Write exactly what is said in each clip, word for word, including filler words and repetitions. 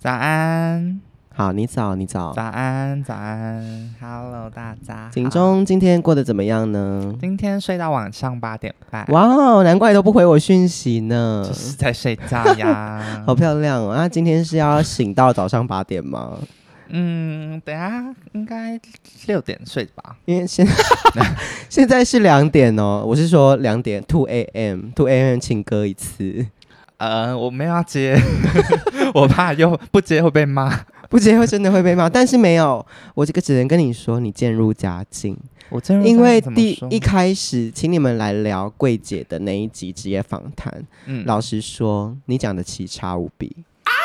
早安。 好，你早，你早。 早安，早安 ，Hello， 大家好。 景中今天过得怎么样呢？ 今天睡到晚上八点半。 哇哦，难怪都不回我讯息呢。 就是在睡觉呀。 好漂亮哦！那、啊、今天是要醒到早上八点吗？ 嗯，等一下应该六点睡吧， 因为现现在是两点哦。我是说两点 two a m two a m 请歌一次。 呃，我没有要接，我怕又不接会被骂。 不接会真的会被骂，但是没有，我这个只能跟你说，你渐入佳境。 我渐入佳境， 因为第一开始请你们来聊柜姐的那一集职业访谈，嗯，老实说，你讲的奇差无比。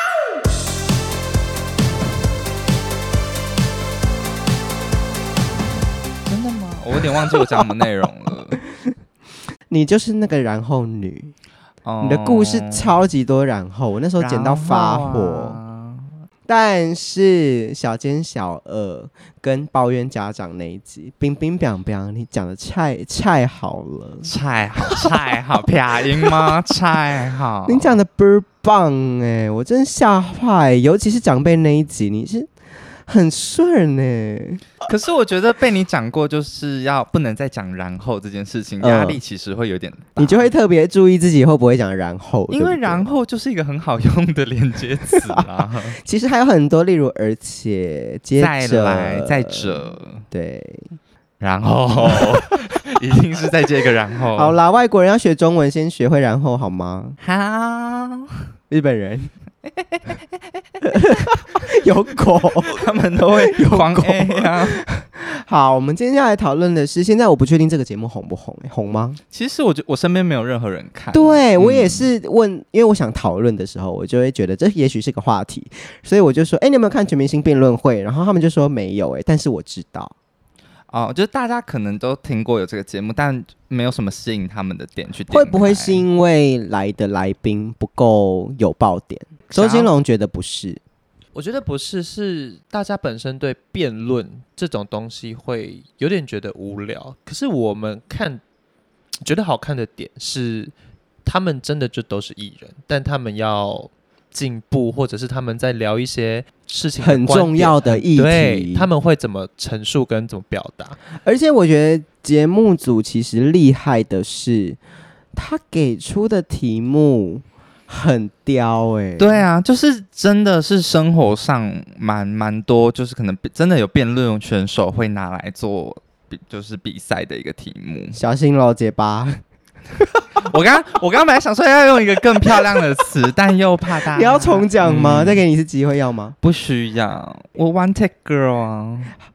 真的吗？我有点忘记我讲什么内容了。 你就是那个然后女，哦、你的故事超级多然后，我那时候剪到发火。但是小奸小恶跟抱怨家长那一集，冰冰冰冰，你讲的太太好了， 太好太好，撇音吗？太好， 你讲的倍儿棒哎，我真吓坏，尤其是长辈那一集，你是很顺哎。 可是我觉得被你讲过，就是要不能再讲然后这件事情，压力其实会有点大、呃， 你就会特别注意自己会不会讲然后， 因为对对然后就是一个很好用的连接词啦。 其实还有很多，例如而且、接着、 再来、再者， 对， 然后一定是再接一个然后。 好啦，外国人要学中文，先学会然后好吗？ 好， 日本人。有狗， 他们都会狂 A 啊。 好，我们今天要来讨论的是，现在我不确定这个节目红不红、欸，红吗？ 其实我觉我身边没有任何人看。 对、嗯、我也是问，因为我想讨论的时候，我就会觉得这也许是个话题，所以我就说，哎、欸，你有没有看全明星辩论会？然后他们就说没有、欸，哎，但是我知道。 哦，就是大家可能都听过有这个节目，但没有什么吸引他们的点去点。 会不会是因为来的来宾不够有爆点？周金龙觉得不是。 我觉得不是，是大家本身对辩论这种东西会有点觉得无聊。可是我们看觉得好看的点是，他们真的就都是艺人，但他们要进步，或者是他们在聊一些事情很重要的议题， 对，他们会怎么陈述跟怎么表达。 而且我觉得节目组其实厉害的是，他给出的题目很刁哎、欸， 对啊，就是真的是生活上蛮蛮多，就是可能真的有辩论选手会拿来做，就是比赛的一个题目。 小心喽，结巴。 我刚我刚本来想说要用一个更漂亮的词，但又怕大家。 你要重讲吗、嗯？再给你一次机会要吗？ 不需要，我 one take girl 啊。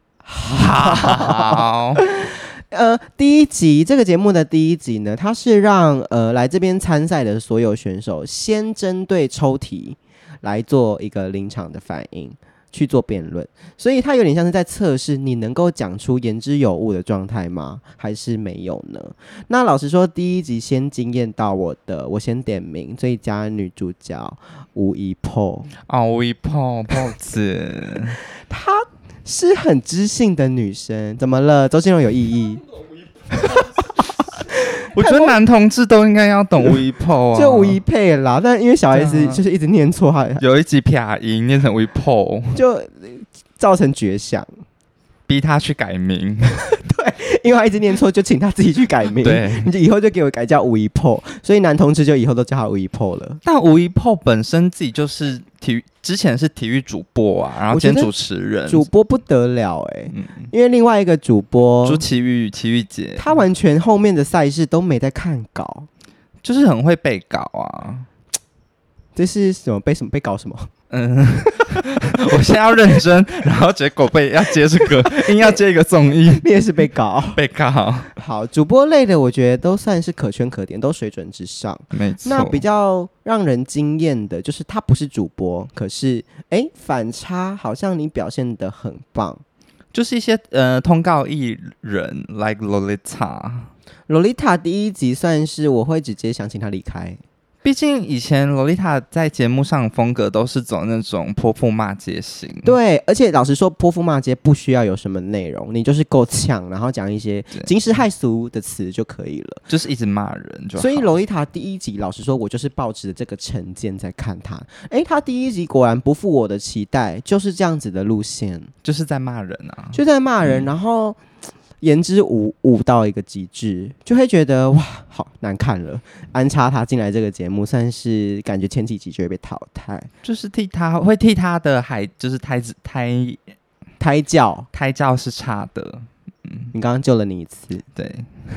好。 呃，第一集这个节目的第一集呢，它是让呃来这边参赛的所有选手先针对抽题来做一个临场的反应，去做辩论，所以它有点像是在测试你能够讲出言之有物的状态吗？还是没有呢？那老实说，第一集先惊艳到我的，我先点名最佳女主角吴一珀哦，吴一珀珀子， 她是很知性的女生，怎么了？周金荣有异议？ 我觉得男同志都应该要懂吴一珀啊， 就吴一佩啦。但因为小 S 就是一直念错， 有一集撇音念成吴一珀， 就造成绝响， 逼他去改名。 对，因为他一直念错，就请他自己去改名。 对， 你就以后就给我改叫吴一珀，所以男同志就以后都叫他吴一珀了。 但吴一珀本身自己就是体育，之前是体育主播啊，然后兼主持人， 主播不得了哎、欸嗯，因为另外一个主播朱琦玉，琦玉姐， 他完全后面的赛事都没在看稿， 就是很会背稿啊。 这是什么背什么背稿什么？ 嗯，我现在要认真，然后结果被要接这个，硬要接一个综艺， 你也是被告， 被告。 好，主播类的我觉得都算是可圈可点，都水准之上。 没错。 那比较让人惊艳的就是他不是主播，可是哎，反差好像你表现得很棒， 就是一些呃通告艺人 ，like Lolita。 Lolita 第一集算是我会直接想请他离开。 毕竟以前洛丽塔在节目上风格都是走那种泼妇骂街型， 对，而且老实说，泼妇骂街不需要有什么内容，你就是够呛，然后讲一些惊世骇俗的词就可以了， 就是一直骂人就好。 所以洛丽塔第一集，老实说，我就是抱持这个成见在看她。哎，她第一集果然不负我的期待，就是这样子的路线， 就是在骂人啊， 就在骂人，嗯、然后言之无物到一个极致，就会觉得哇，好难看了。安插她进来这个节目，算是感觉前几集就会被淘汰， 就是替她会替她的孩，就是胎子胎胎教胎教是差的。嗯， 你刚刚救了你一次， 对。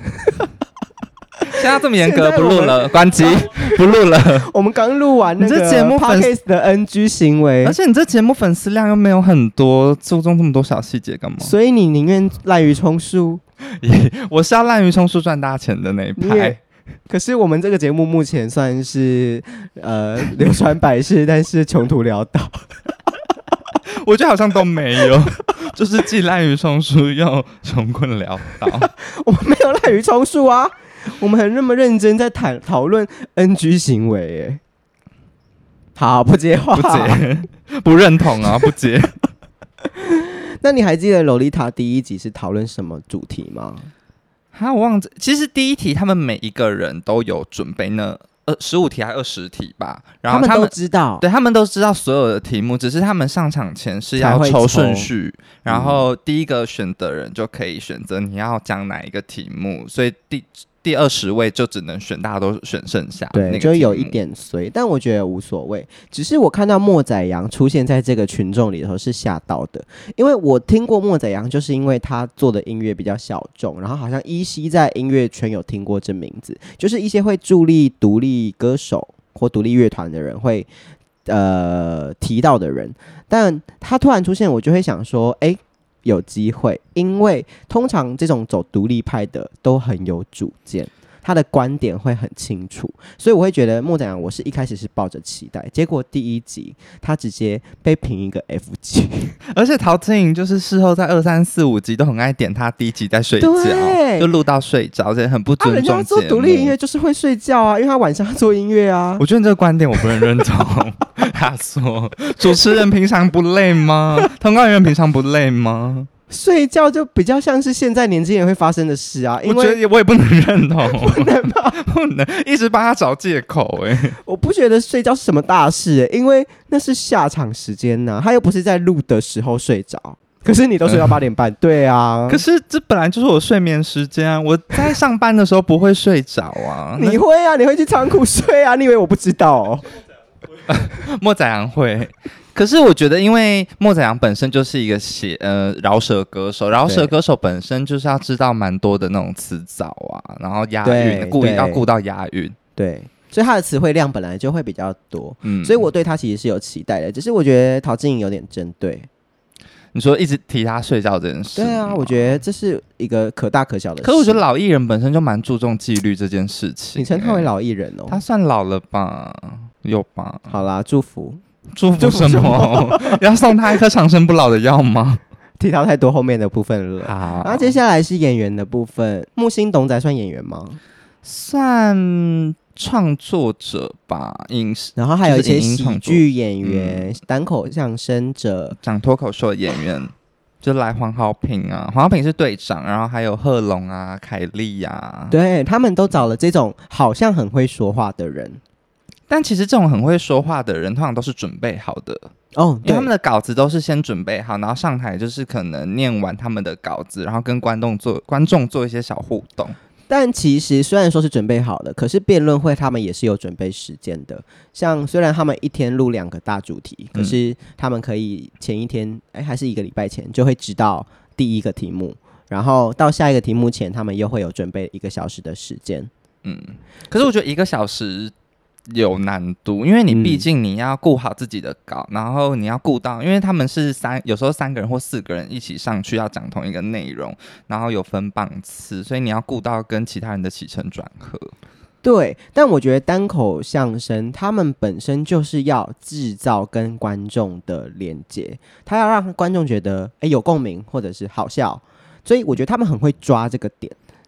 现在这么严格，不录了，关机，不录了。 我们刚录完那个节目 podcast 的 N G 行为， 而且你这节目粉丝量又没有很多，注重这么多小细节干嘛？ 所以你宁愿滥竽充数？ 我是要滥竽充数赚大钱的那一派。 可是我们这个节目目前算是呃流传百世，但是穷途潦倒。 我觉得好像都没有，就是既滥竽充数又穷困潦倒。 我们没有滥竽充数啊。我们很那么认真在谈讨论 N G 行为耶，好不接话， 不接，不认同啊，不接。 那你还记得洛丽塔第一集是讨论什么主题吗？ 哈，我忘记。其实第一题他们每一个人都有准备呢，呃，十五题还二十题吧。然后他们, 他们都知道， 对他们都知道所有的题目，只是他们上场前是要抽顺序，然后第一个选的人就可以选择你要讲哪一个题目，所以第。第二十位就只能选，大家都选剩下的那个，对， 就有一点衰，但我觉得无所谓。只是我看到莫宰阳出现在这个群众里头是吓到的，因为我听过莫宰阳，就是因为他做的音乐比较小众，然后好像依稀在音乐圈有听过这名字，就是一些会助力独立歌手或独立乐团的人会呃提到的人，但他突然出现，我就会想说，哎、欸。有机会，因为通常这种走独立派的都很有主见，他的观点会很清楚，所以我会觉得莫宰阳，我是一开始是抱着期待，结果第一集他直接被评一个 F 级， 而且陶晶莹就是事后在二三四五集都很爱点他第一集在睡觉，就录到睡着，这很不尊重节目。啊、人家做独立音乐就是会睡觉啊，因为他晚上要做音乐啊。 我觉得你这个观点我不能认同。他说：“主持人平常不累吗？通告人平常不累吗？” 睡觉就比较像是现在年轻人会发生的事啊，因为我觉得我也不能认同， 不能吗？ 不能一直帮他找借口哎、欸。 我不觉得睡觉是什么大事、欸，因为那是下场时间呐、啊，他又不是在录的时候睡着。可是你都睡到八点半，对啊。 可是这本来就是我睡眠时间啊，我在上班的时候不会睡着啊。 你会啊，你会去仓库睡啊？你以为我不知道哦？ 莫宰阳会。可是我觉得，因为莫宰阳本身就是一个写呃饶舌歌手，饶舌歌手本身就是要知道蛮多的那种词藻啊，然后押韵，故意要顾到押韵， 对，所以他的词汇量本来就会比较多，嗯，所以我对他其实是有期待的，只是我觉得陶晶莹有点针对。 你说一直提他睡觉这件事， 对啊，我觉得这是一个可大可小的事。 可是我觉得老艺人本身就蛮注重纪律这件事情。 你称他为老艺人哦？ 他算老了吧？有吧？ 好啦，祝福。 祝福什么？要送他一颗长生不老的药吗？ 提到太多后面的部分了。 好， 然后接下来是演员的部分。木星董仔算演员吗？ 算创作者吧，影视。 然后还有一些喜剧演员、嗯、单口相声者、 讲脱口秀的演员，就来黄豪平啊，黄豪平是队长，然后还有贺龙啊、凯莉啊， 对他们都找了这种好像很会说话的人。 但其实这种很会说话的人，通常都是准备好的哦， 因为他们的稿子都是先准备好，然后上台就是可能念完他们的稿子，然后跟观众做观众做一些小互动。 但其实虽然说是准备好的，可是辩论会他们也是有准备时间的。像虽然他们一天录两个大主题，可是他们可以前一天，哎，还是一个礼拜前就会知道第一个题目，然后到下一个题目前，他们又会有准备一个小时的时间。 嗯，可是我觉得一个小时有难度，因为你毕竟你要顾好自己的稿、嗯、然后你要顾到，因为他们是三有时候三个人或四个人一起上去要讲同一个内容，然后有分榜次，所以你要顾到跟其他人的起承转合。 对，但我觉得单口相声他们本身就是要制造跟观众的连接，他要让观众觉得哎有共鸣或者是好笑，所以我觉得他们很会抓这个点，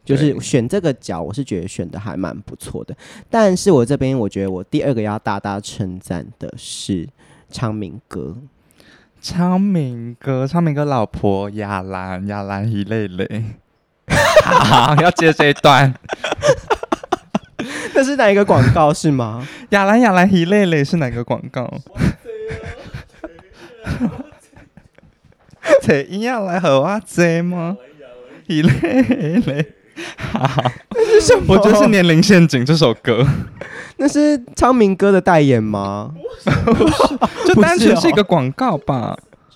就是选这个角，我是觉得选的还蛮不错的。但是我这边我觉得我第二个要大大称赞的是昌明哥。 昌明哥，昌明哥老婆亚兰，亚兰一类类。好，要接这一段。 那是哪一个广告是吗？ 亚兰亚兰一类类是哪个广告？这一样来和我这吗？一类类。好， 那是什么？ 我觉得是《年龄陷阱》这首歌。 那是昌明哥的代言吗？ 就单纯是一个广告吧。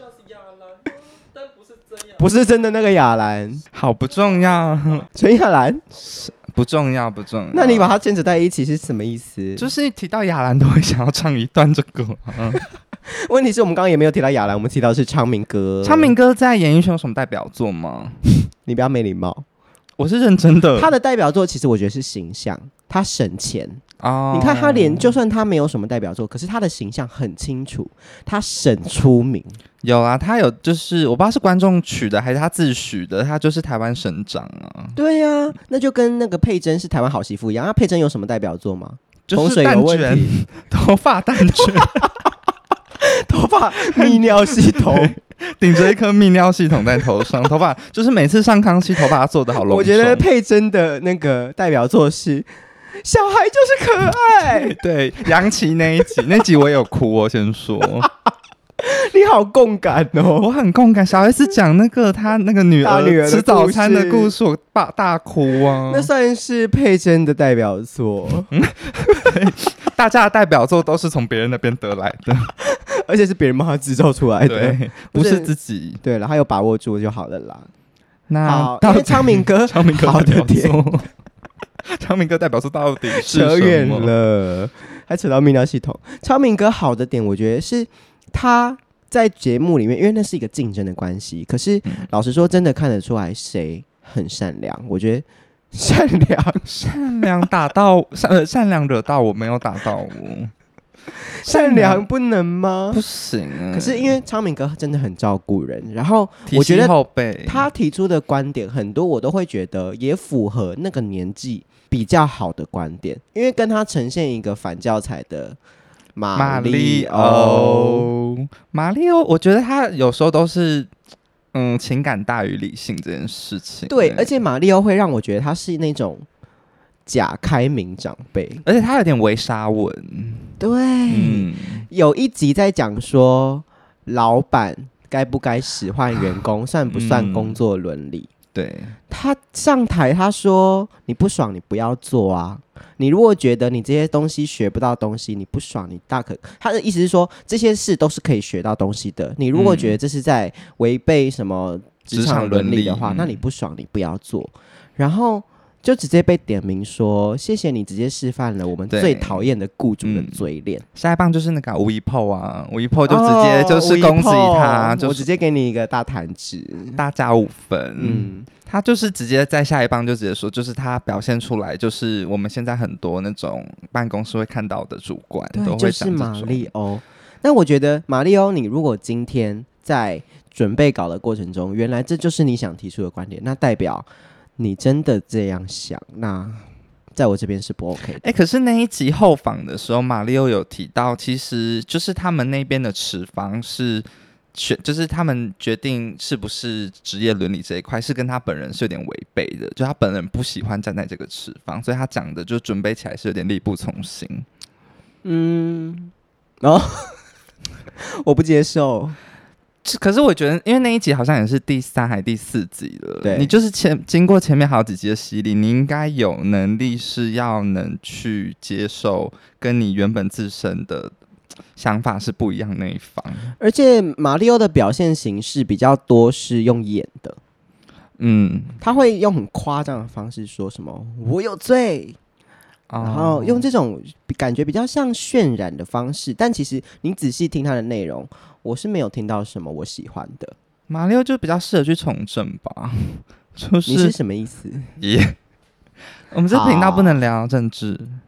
不是真的那个亚兰， 好不重要。 陈亚兰不重要，不重要。 那你把它牵扯在一起是什么意思？ 就是提到亚兰都会想要唱一段这个。嗯、 问题是我们刚刚也没有提到亚兰，我们提到的是昌明哥。 昌明哥在演艺圈有什么代表作吗？ 你不要没礼貌。 我是认真的。 他的代表作其实我觉得是形象，他省钱。 哦， 你看他连就算他没有什么代表作，可是他的形象很清楚，他省出名。 有啊，他有就是我不知道是观众取的还是他自诩的，他就是台湾省长啊。 对啊，那就跟那个佩珍是台湾好媳妇一样。那佩珍有什么代表作吗？ 就是蛋卷，头发蛋卷， 头发泌尿系统。 顶着一颗泌尿系统在头上，头发就是每次上康熙头发做的好隆重。 我觉得佩珍的那个代表作是小孩就是可爱。 对，杨琪那一集，那集我也有哭，我先说。 你好共感哦， 我很共感。小 S 讲那个他那个女儿吃早餐的故事，我大大哭啊。 那算是佩珍的代表作。 大家的代表作都是从别人那边得来的， 而且是别人帮他制造出来的， 对，不是自己。 对了，他有把握住就好了啦。 那因为昌明哥， 昌明哥好的点， 昌明哥代表作到底是扯远了，还扯到泌尿系统。昌明哥好的点，我觉得是他在节目里面，因为那是一个竞争的关系，可是、嗯、老实说，真的看得出来谁很善良。我觉得善良， 善良打到善善良惹到我，没有打到我。 善良不能吗？ 不行、啊。 可是因为昌明哥真的很照顾人，然后我觉得他提出的观点很多，我都会觉得也符合那个年纪比较好的观点，因为跟他呈现一个反教材的马里欧， 马里欧，我觉得他有时候都是嗯情感大于理性这件事情。 对，而且马里欧会让我觉得他是那种假开明长辈， 而且他有点微沙文。 对、嗯，有一集在讲说老板该不该使唤员工，算不算工作伦理？ 嗯、对， 他上台他说你不爽你不要做啊，你如果觉得你这些东西学不到东西，你不爽你大可，他的意思是说这些事都是可以学到东西的，你如果觉得这是在违背什么职场伦理的话、嗯、那你不爽你不要做，然后就直接被点名说谢谢你直接示范了我们最讨厌的雇主的嘴脸、嗯、 下一棒就是那个吴一炮啊，吴一炮就直接就是攻击他、哦就是、 我直接给你一个大弹指大加五分。嗯，他就是直接在下一棒就直接说，就是他表现出来就是我们现在很多那种办公室会看到的主管都会讲这种， 就是马里欧。那我觉得马里欧你如果今天在准备稿的过程中原来这就是你想提出的观点，那代表你真的这样想，那在我这边是不 OK 的。 哎、欸，可是那一集后访的时候，马里欧有提到，其实就是他们那边的持方是选，就是他们决定是不是职业伦理这一块，是跟他本人是有点违背的，就他本人不喜欢站在这个持方，所以他讲的就准备起来是有点力不从心。 嗯，哦，我不接受。 可是我觉得因为那一集好像也是第三还第四集了， 对， 你就是前经过前面好几集的洗礼，你应该有能力是要能去接受跟你原本自身的想法是不一样那一方。 而且马里欧的表现形式比较多是用演的，嗯，他会用很夸张的方式说什么我有罪，然后用这种感觉比较像渲染的方式，但其实你仔细听他的内容，我是没有听到什么我喜欢的。 马里欧就比较适合去从政吧，就是你是什么意思？ 耶、yeah ，我们这频道不能聊政治。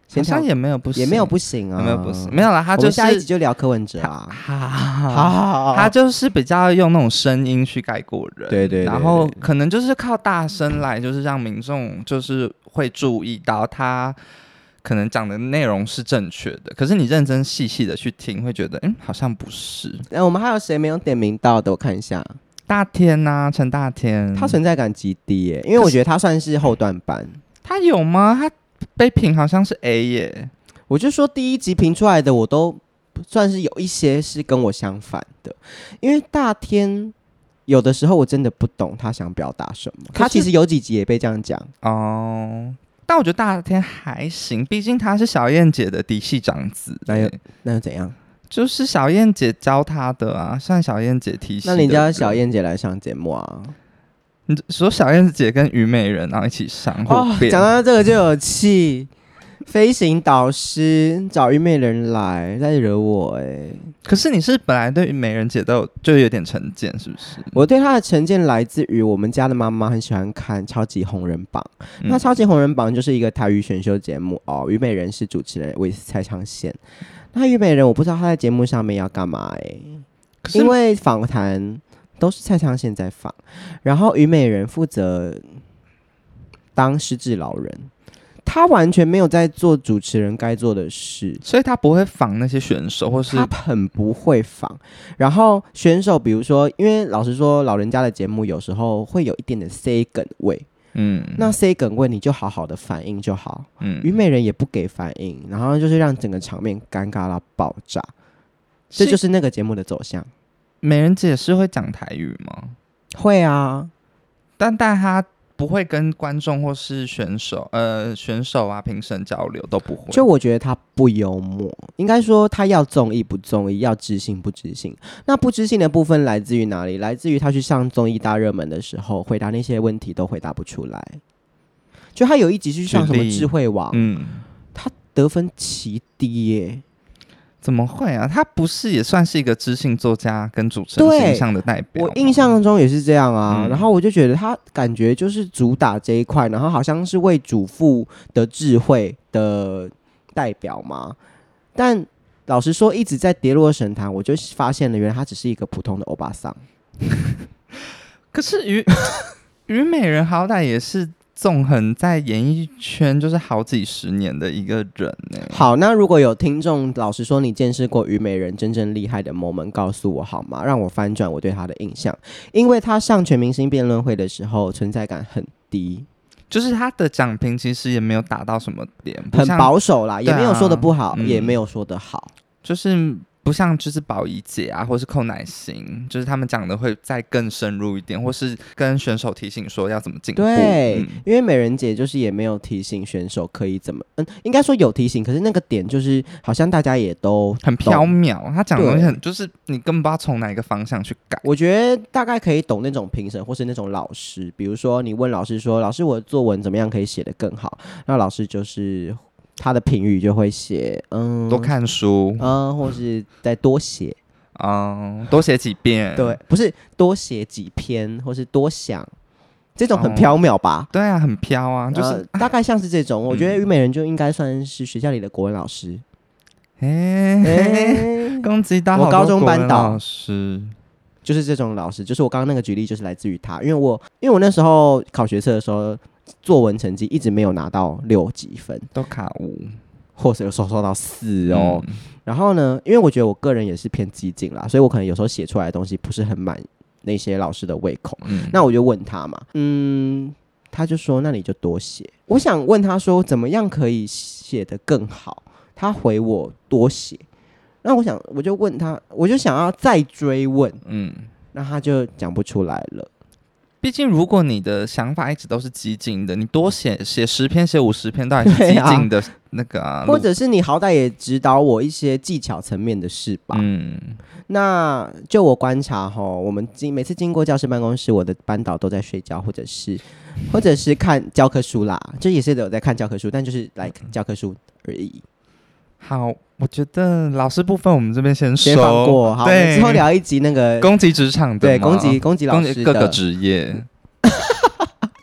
好像也没有不行， 也没有不行啊， 没有不行，没有啦，他就是我们下一集就聊柯文哲啊， 好好好好， 他就是比较用那种声音去盖过人， 对对对对， 然后可能就是靠大声来，就是让民众就是会注意到他可能讲的内容是正确的，可是你认真细细的去听，会觉得嗯好像不是。 那、呃、我们还有谁没有点名到的？我看一下， 大天呐、啊，陈大天， 他存在感极低耶，因为我觉得他算是后段班。 他有吗？他被评好像是 A 耶。 我就说第一集评出来的，我都算是有一些是跟我相反的，因为大天有的时候我真的不懂他想表达什么。他其实有几集也被这样讲哦，但我觉得大天还行，毕竟他是小燕姐的嫡系长子。 那又那又怎样？ 就是小燕姐教他的啊，像小燕姐提醒。 那你叫小燕姐来上节目啊？ 你说小燕姐跟虞美人然后一起上互辩， 讲、哦、到这个就有气。飞行导师找虞美人来，在惹我哎、欸！ 可是你是本来对虞美人姐都有就有点成见，是不是？ 我对她的成见来自于我们家的妈妈很喜欢看《超级红人榜》， 嗯、 那《超级红人榜》就是一个台语选秀节目哦。虞美人是主持人，我也是蔡昌宪。那虞美人我不知道她在节目上面要干嘛哎、欸，因为访谈都是蔡昌宪在访，然后虞美人负责当失智老人。他完全没有在做主持人该做的事， 所以他不会仿那些选手，或是他很不会仿。然后选手，比如说，因为老实说，老人家的节目有时候会有一点点 C 梗味，嗯，那 C 梗味你就好好的反应就好。嗯，虞美人也不给反应，然后就是让整个场面尴尬到爆炸，这就是那个节目的走向。 美人姐是会讲台语吗？ 会啊， 但但她不会跟观众或是选手，呃，选手啊、评审交流都不会。 就我觉得他不幽默，应该说他要综艺不综艺，要知性不知性。那不知性的部分来自于哪里？来自于他去上综艺大热门的时候，回答那些问题都回答不出来。就他有一集去上什么智慧网，嗯，他得分奇低耶。 怎么会啊？他不是也算是一个知性作家跟主持人形象的代表？ 我印象中也是这样啊、嗯。然后我就觉得他感觉就是主打这一块，然后好像是为主妇的智慧的代表嘛。但老实说，一直在跌落神坛，我就发现了，原来他只是一个普通的欧巴桑。 可是虞虞美人好歹也是纵横在演艺圈就是好几十年的一个人呢、欸。 好，那如果有听众，老实说，你见识过虞美人真正厉害的 moment， 告诉我好吗？让我翻转我对她的印象，因为她上全明星辩论会的时候，存在感很低。 就是他的讲评其实也没有打到什么点， 很保守啦，也没有说的不好、 啊嗯， 也没有说的好， 就是不像就是宝仪姐啊，或是寇乃馨，就是他们讲的会再更深入一点，或是跟选手提醒说要怎么进步。 对、 嗯， 因为美人姐就是也没有提醒选手可以怎么，嗯，应该说有提醒，可是那个点就是好像大家也都很缥缈，他讲的东西很就是你根本不知道从哪一个方向去改。 我觉得大概可以懂那种评审或是那种老师，比如说你问老师说，老师我的作文怎么样可以写得更好，那老师就是他的评语就会写，嗯， 多看书， 嗯，或是再多写， 嗯，多写几遍， 对，不是多写几篇，或是多想，这种很缥缈吧？ 哦、对啊，很飘啊，就是、 呃、大概像是这种。我觉得虞美人就应该算是学校里的国文老师。 哎、欸，攻击到我高中班导老师， 就是这种老师，就是我刚刚那个举例就是来自于他，因为我因为我那时候考学测的时候。作文成绩一直没有拿到六级分， 都卡五， 或者有时候收到四哦、 嗯。 然后呢，因为我觉得我个人也是偏激进啦，所以我可能有时候写出来的东西不是很满那些老师的胃口。嗯、那我就问他嘛，嗯，他就说那你就多写。我想问他说怎么样可以写得更好，他回我多写。那我想我就问他，我就想要再追问，嗯，那他就讲不出来了。 毕竟，如果你的想法一直都是激进的，你多写写十篇、写五十篇，都还是激进的那个啊。 或者是你好歹也指导我一些技巧层面的事吧。嗯，那就我观察哈，我们经每次经过教室办公室，我的班导都在睡觉，或者是或者是看教科书啦，就也是有在看教科书，但就是来教科书而已。 好，我觉得老师部分我们这边先收， 先放过。好，我们之后聊一集那个攻击职场的， 对，攻击攻击老师的各个职业。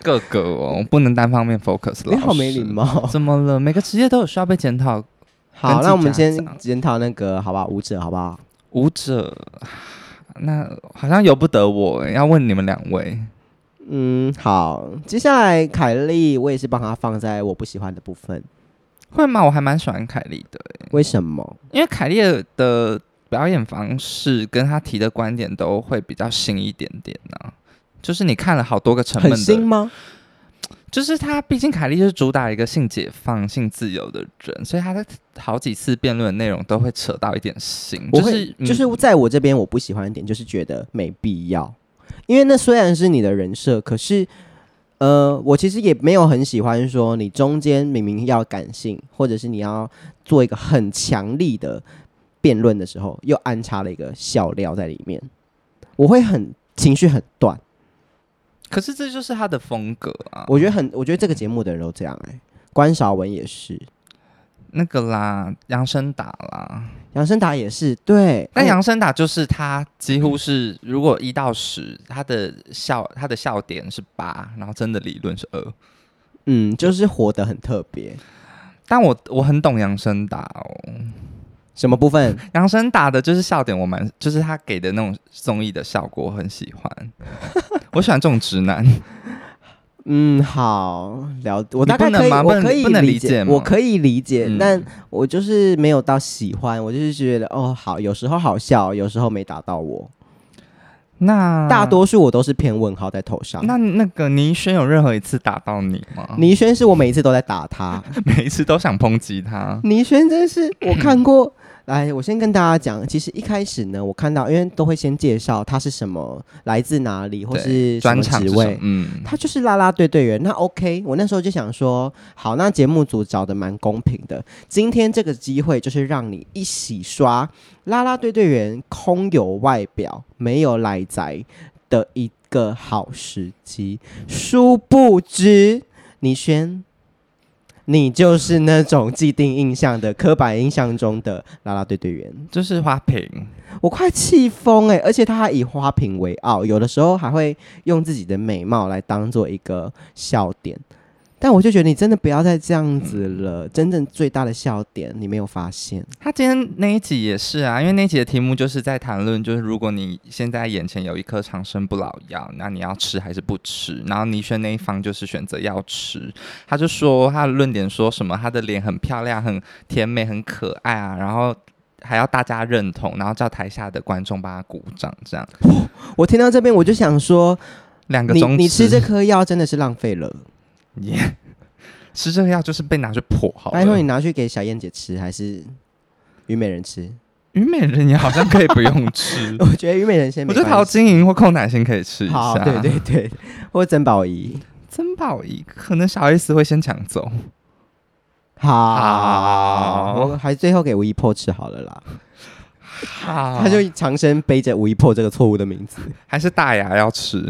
各个哦，不能单方面 focus。 你好没礼貌， 怎么了？每个职业都有需要被检讨。 好，那我们先检讨那个好不好？舞者好不好？ 舞者，那好像由不得我，要问你们两位。 嗯，好，接下来凯莉，我也是帮她放在我不喜欢的部分。 会吗？我还蛮喜欢凯莉的。 为什么？ 因为凯莉的表演方式跟她提的观点都会比较新一点点呢、啊。就是你看了好多个沉闷的， 很新吗？ 就是他，毕竟凯莉就是主打一个性解放、性自由的人，所以他的好几次辩论的内容都会扯到一点性。 我会、 就是嗯、 就是在我这边我不喜欢的点，就是觉得没必要，因为那虽然是你的人设，可是呃，我其实也没有很喜欢说你中间明明要感性，或者是你要做一个很强力的辩论的时候，又安插了一个笑料在里面，我会很情绪很断。 可是这就是他的风格啊！ 我觉得很，我觉得这个节目的人都这样哎、欸，关韶文也是， 那个啦，杨生达啦， 杨生达也是，对。 但杨生达就是他几乎是，如果一到十，他的笑他的笑点是八，然后真的理论是二， 嗯，就是活得很特别。 但我我很懂杨生达哦。 什么部分？ 杨生达的就是笑点，我蛮就是他给的那种综艺的效果，我很喜欢。我喜欢这种直男。 嗯，好了，我大概可以，我可以理解，我可以理解，嗯、但我就是没有到喜欢，我就是觉得哦，好，有时候好笑，有时候没打到我。 那大多数我都是偏问号在头上。 那那个倪轩有任何一次打到你吗？ 倪轩是我每一次都在打他， 每一次都想抨击他。 倪轩真是我看过。来，我先跟大家讲，其实一开始呢，我看到，因为都会先介绍他是什么，来自哪里，或是什么职位，嗯，他就是啦啦队队员。那 OK， 我那时候就想说，好，那节目组找的蛮公平的，今天这个机会就是让你一洗刷啦啦队队员空有外表没有来宅的一个好时机。殊不知，倪轩。你就是那种既定印象的刻板印象中的啦啦队队员， 就是花瓶， 我快气疯哎！而且他还以花瓶为傲，有的时候还会用自己的美貌来当做一个笑点。但我就觉得你真的不要再这样子了，嗯、真正最大的笑点你没有发现。 他今天那一集也是啊，因为那一集的题目就是在谈论，就是如果你现在眼前有一颗长生不老药，那你要吃还是不吃？然后倪轩那一方就是选择要吃，他就说他的论点说什么，他的脸很漂亮、很甜美、很可爱啊，然后还要大家认同，然后叫台下的观众帮他鼓掌，这样。 我听到这边我就想说， 两个宗旨， 你你吃这颗药真的是浪费了。 耶、yeah ，吃这个药就是被拿去破好了。 拜托你拿去给小燕姐吃，还是虞美人吃？ 虞美人也好像可以不用吃。 我觉得虞美人先没关系， 我觉得陶晶莹或寇乃馨可以吃一下。 好，对对对，或曾宝仪。 曾宝仪可能小 S 会先抢走。 好， 好我还最后给吴一破吃好了啦。 好， 他就长生背着吴一破这个错误的名字， 还是大牙要吃。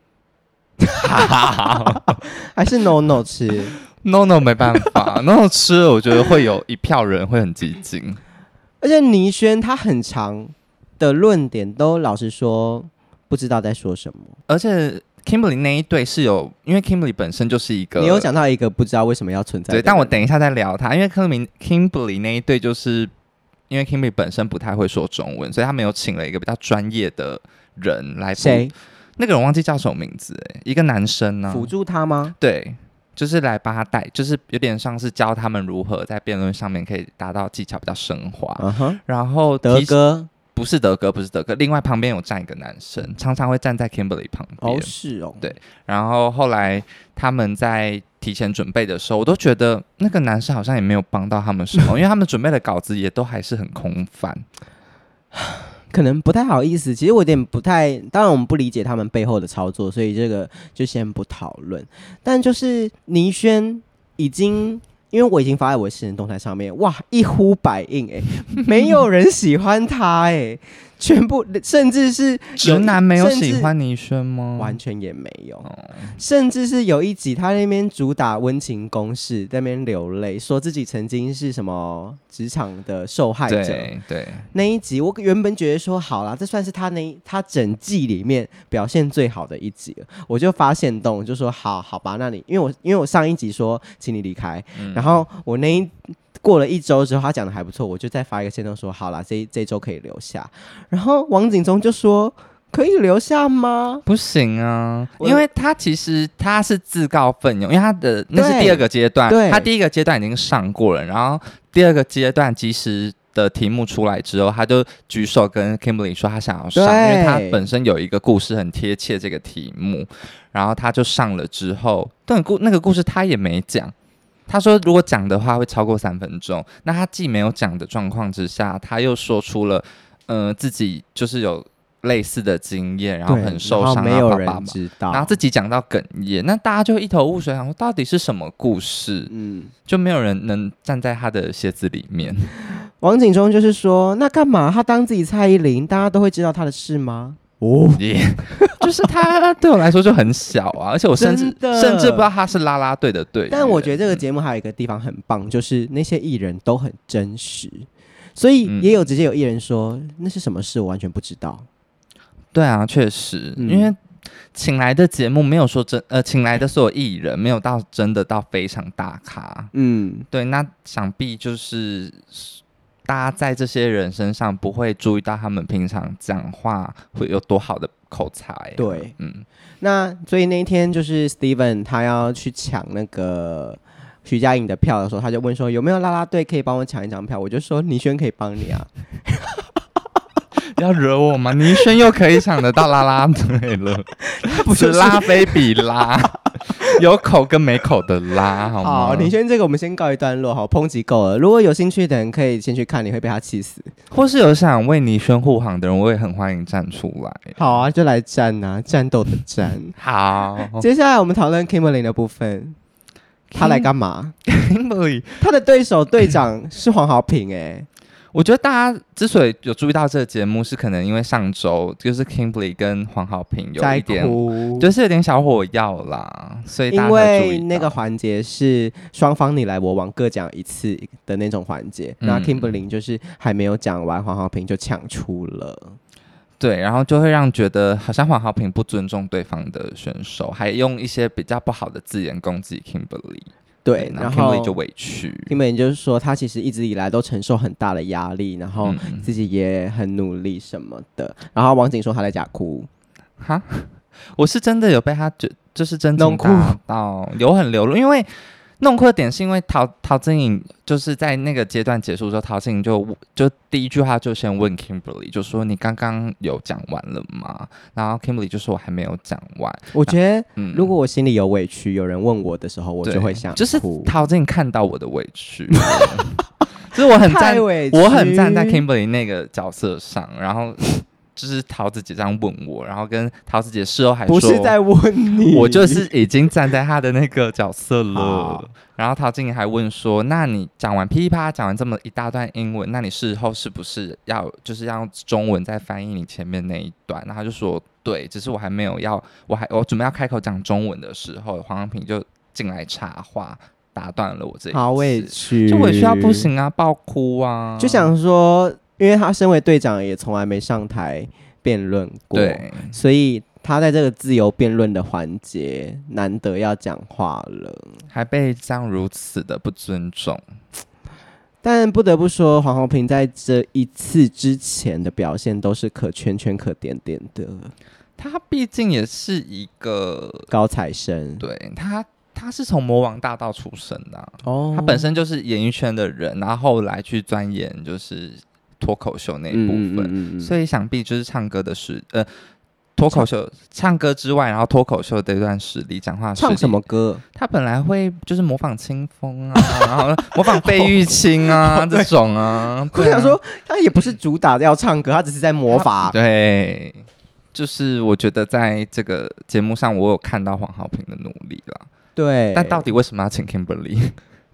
还是 no no 吃 no no 没办法，no no 吃了，我觉得会有一票人会很激进。 而且倪轩他很长的论点都老实说不知道在说什么， 而且 Kimberly 那一对是有，因为 Kimberly 本身就是一个， 你有讲到一个不知道为什么要存在的， 对，但我等一下再聊他，因为 Kimberly 那一对就是因为 Kimberly 本身不太会说中文，所以他们有请了一个比较专业的人来。 谁？ 那个人忘记叫什么名字哎、欸，一个男生呢、啊， 辅助他吗？ 对，就是来帮他带，就是有点像是教他们如何在辩论上面可以达到技巧比较升华。 Uh-huh. 然后德哥不是德哥，不是德哥，另外旁边有站一个男生，常常会站在 Kimberly 旁边。 哦，是哦， 对。然后后来他们在提前准备的时候，我都觉得那个男生好像也没有帮到他们什么，因为他们准备的稿子也都还是很空泛。 可能不太好意思，其实我有点不太，当然我们不理解他们背后的操作，所以这个就先不讨论。但就是倪轩已经，因为我已经发在我的私人动态上面，哇，一呼百应哎、欸，没有人喜欢他哎、欸， 全部甚至是直男没有喜欢倪轩吗？ 完全也没有、 哦， 甚至是有一集他那边主打温情攻势，在那边流泪，说自己曾经是什么职场的受害者。 对对， 那一集我原本觉得说好啦，这算是他那他整季里面表现最好的一集了，我就发现动就说好好吧，那你因为我因为我上一集说请你离开、嗯，然后我那一过了一周之后，他讲的还不错，我就再发一个限动说好啦，这这周可以留下。然后王景忠就说可以留下吗？ 不行啊，因为他其实他是自告奋勇，因为他的那是第二个阶段，他第一个阶段已经上过了，然后第二个阶段即使的题目出来之后，他就举手跟 Kimberly 说他想要上，因为他本身有一个故事很贴切这个题目，然后他就上了之后，但那个故事他也没讲。他说如果讲的话会超过三分钟，那他既没有讲的状况之下，他又说出了呃自己就是有类似的经验，然后很受伤， 没有人知道， 然后自己讲到哽咽，那大家就一头雾水，想说到底是什么故事？嗯，就没有人能站在他的鞋子里面。 王景忠就是说，那干嘛他当自己蔡依林，大家都会知道他的事吗？哦， yeah, 就是他对我来说就很小啊，而且我甚至甚至不知道他是啦啦队的队员。 但我觉得这个节目还有一个地方很棒，就是那些艺人都很真实，所以也有直接有艺人说、嗯、那是什么事我完全不知道。 对啊，确实、嗯，因为请来的节目没有说真呃，请来的所有艺人没有到真的到非常大咖。嗯，对，那想必就是。大家在这些人身上不会注意到他们平常讲话会有多好的口才、啊。 对，嗯，那所以那一天就是 Steven 他要去抢那个徐佳莹的票的时候，他就问说有没有啦啦队可以帮我抢一张票？我就说倪轩可以帮你啊。 要惹我吗？倪轩又可以抢得到啦啦队了，不是拉菲比拉。有口跟没口的拉，好吗？ 好，倪轩这个我们先告一段落，好，抨击够了。如果有兴趣的人可以先去看，你会被他气死。 或是有想为倪轩护航的人，我也很欢迎站出来。 好啊，就来站啊，战斗的战。 好， 接下来我们讨论 Kimberly 的部分，他来干嘛 ？Kimberly 他的对手队长是黄豪平、欸，哎。 我觉得大家之所以有注意到这个节目，是可能因为上周就是 Kimberly 跟黄豪平有一点，就是有点小火药啦，所以大家才注意到。 因为那个环节是双方你来我往各讲一次的那种环节，嗯、那 Kimberly 就是还没有讲完，黄豪平就抢出了。 对，然后就会让觉得好像黄豪平不尊重对方的选手，还用一些比较不好的字眼攻击 Kimberly。 对， 然后 Kimberly 就委屈 ，Kimberly 就是说他其实一直以来都承受很大的压力，然后自己也很努力什么的。嗯、然后王景说他在假哭， 哈，我是真的有被他就就是真情打到，有很流露，因为。弄哭的点是因为陶陶晶莹就是在那个阶段结束之后，陶晶莹就就第一句话就先问 Kimberly， 就说你刚刚有讲完了吗？然后 Kimberly 就说我还没有讲完。 我觉得、嗯、如果我心里有委屈，有人问我的时候，我就会想哭， 就是陶晶莹看到我的委屈，就是我很站我很站在 Kimberly 那个角色上，然后。就是陶子姐这样问我，然后跟陶子姐事后还说不是在问你， 我就是已经站在她的那个角色了。然后陶晶莹还问说，那你讲完噼里啪啦讲完这么一大段英文，那你事后是不是要就是要用中文再翻译你前面那一段？然后他就说对，只是我还没有要，我还我准备要开口讲中文的时候，黄阳平就进来插话。打断了我这一次， 好委屈， 就委屈到不行啊，爆哭啊， 就想说。因为他身为队长，也从来没上台辩论过， 对， 所以他在这个自由辩论的环节，难得要讲话了， 还被这样如此的不尊重。 但不得不说，黄豪平在这一次之前的表现都是可圈圈可点点的。 他毕竟也是一个高材生， 对他。他是从魔王大道出身的、啊，哦，他本身就是演艺圈的人，然后后来去钻研就是脱口秀那一部分，嗯嗯嗯嗯，所以想必就是唱歌的实呃脱口秀唱歌之外，然后脱口秀的一段实力，讲话实力。 唱什么歌？ 他本来会就是模仿清风啊，然后模仿费玉清啊这种啊。 我想说，他也不是主打要唱歌，他只是在模仿。 对，就是我觉得在这个节目上，我有看到黄豪平的努力啦。 对， 但到底为什么要请 Kimberly？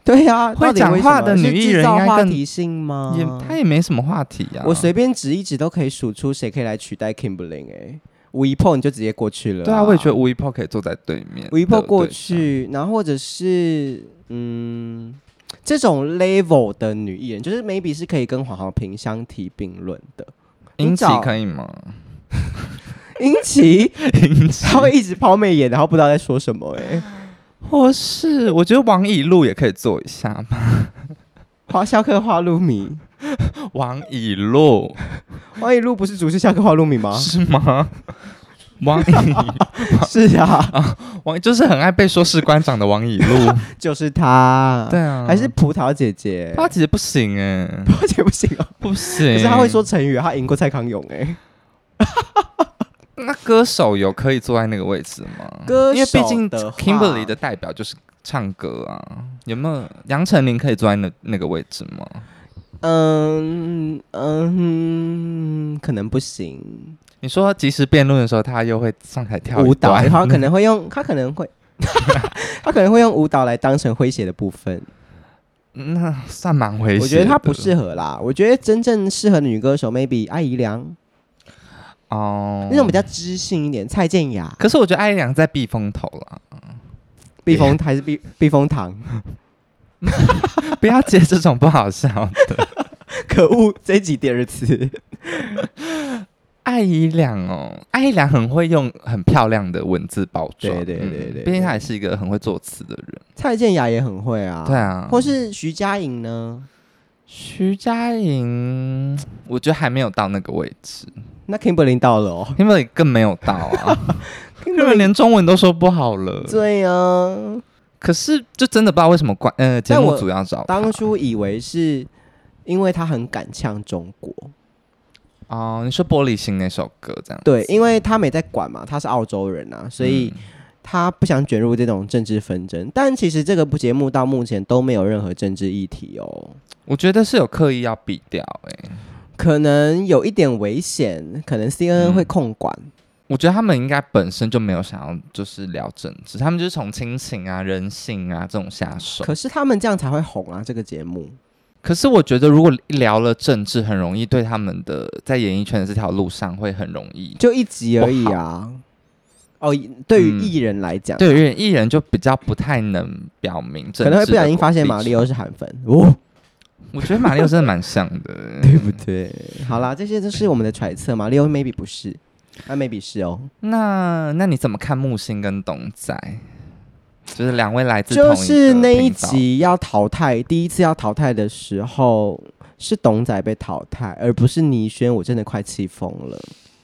对呀、啊， 会讲话的女艺人应该更话题性吗？ 也她也没什么话题啊。 我随便指一指都可以数出谁可以来取代 Kimberly 哎、欸，吴一破你就直接过去了、啊。 对啊，我也觉得吴一破可以坐在对面。 吴一破过去，然后或者是嗯，这种 level 的女艺人，就是 maybe 是可以跟黄豪平相提并论的。 殷琦可以吗？ 殷琦， 殷琦， 他会一直抛媚眼，然后不知道在说什么哎、欸。 或是我觉得王以路也可以做一下吧。 华校课花露米， 王以路， 王以路不是主持校课花露米吗？ 是吗？王以是啊， 啊，王就是很爱被说士官长的王以路， 就是他。 对啊， 还是葡萄姐姐？ 葡萄姐姐不行哎、欸， 葡萄姐姐不行哦， 不行。 可是他会说成语，他赢过蔡康永哎、欸。 那歌手有可以坐在那个位置吗？ 歌手的话， 因为毕竟 Kimberly 的代表就是唱歌啊，有没有杨丞琳可以坐在那那个位置吗？ 嗯嗯，可能不行。 你说即时辩论的时候，他又会上台跳舞蹈， 一段他可能会用，他可能会，他可能会用舞蹈来当成诙谐的部分。 那算蛮诙谐的。 我觉得他不适合啦。我觉得真正适合的女歌手 ，maybe 艾怡良。 哦， 那种比较知性一点，蔡健雅。 可是我觉得艾怡良在避风头啦， 避风还是避避风塘？ 不要接这种不好笑的。 可恶，这一集第二次。 艾怡良哦，艾怡良很会用很漂亮的文字包装， 对对对对， 毕竟他也是一个很会作词的人。 蔡健雅也很会啊， 对啊， 或是徐佳莹呢？ 徐佳莹，我觉得还没有到那个位置。 那 Kimberly 到了哦 ，Kimberly 更没有到啊，Kimberly 连中文都说不好了。 对啊， 可是就真的不知道为什么关呃节目组要找他。 当初以为是因为他很敢呛中国。 哦，你说玻璃心那首歌这样？ 对，因为他没在管嘛，他是澳洲人啊，所以他不想卷入这种政治纷争。但其实这个节目到目前都没有任何政治议题哦。 我觉得是有刻意要避掉、欸， 可能有一点危险，可能 C N N 会控管。 嗯、我觉得他们应该本身就没有想要就是聊政治，他们就是从亲情啊、人性啊这种下手。 可是他们这样才会红啊，这个节目。 可是我觉得，如果聊了政治，很容易对他们的在演艺圈的这条路上会很容易， 就一集而已啊。哦，对于艺人来讲、啊嗯， 对于艺人就比较不太能表明政治， 可能会不小心发现马里欧是韩粉哦。 我觉得马里欧真的蛮像的， 对不对？好啦，这些都是我们的揣测，马里欧 maybe 不是，那、啊、maybe 是哦。 那那你怎么看木星跟董仔？就是两位来自同一个就是那一集要淘汰，第一次要淘汰的时候是董仔被淘汰，而不是倪轩，我真的快气疯了。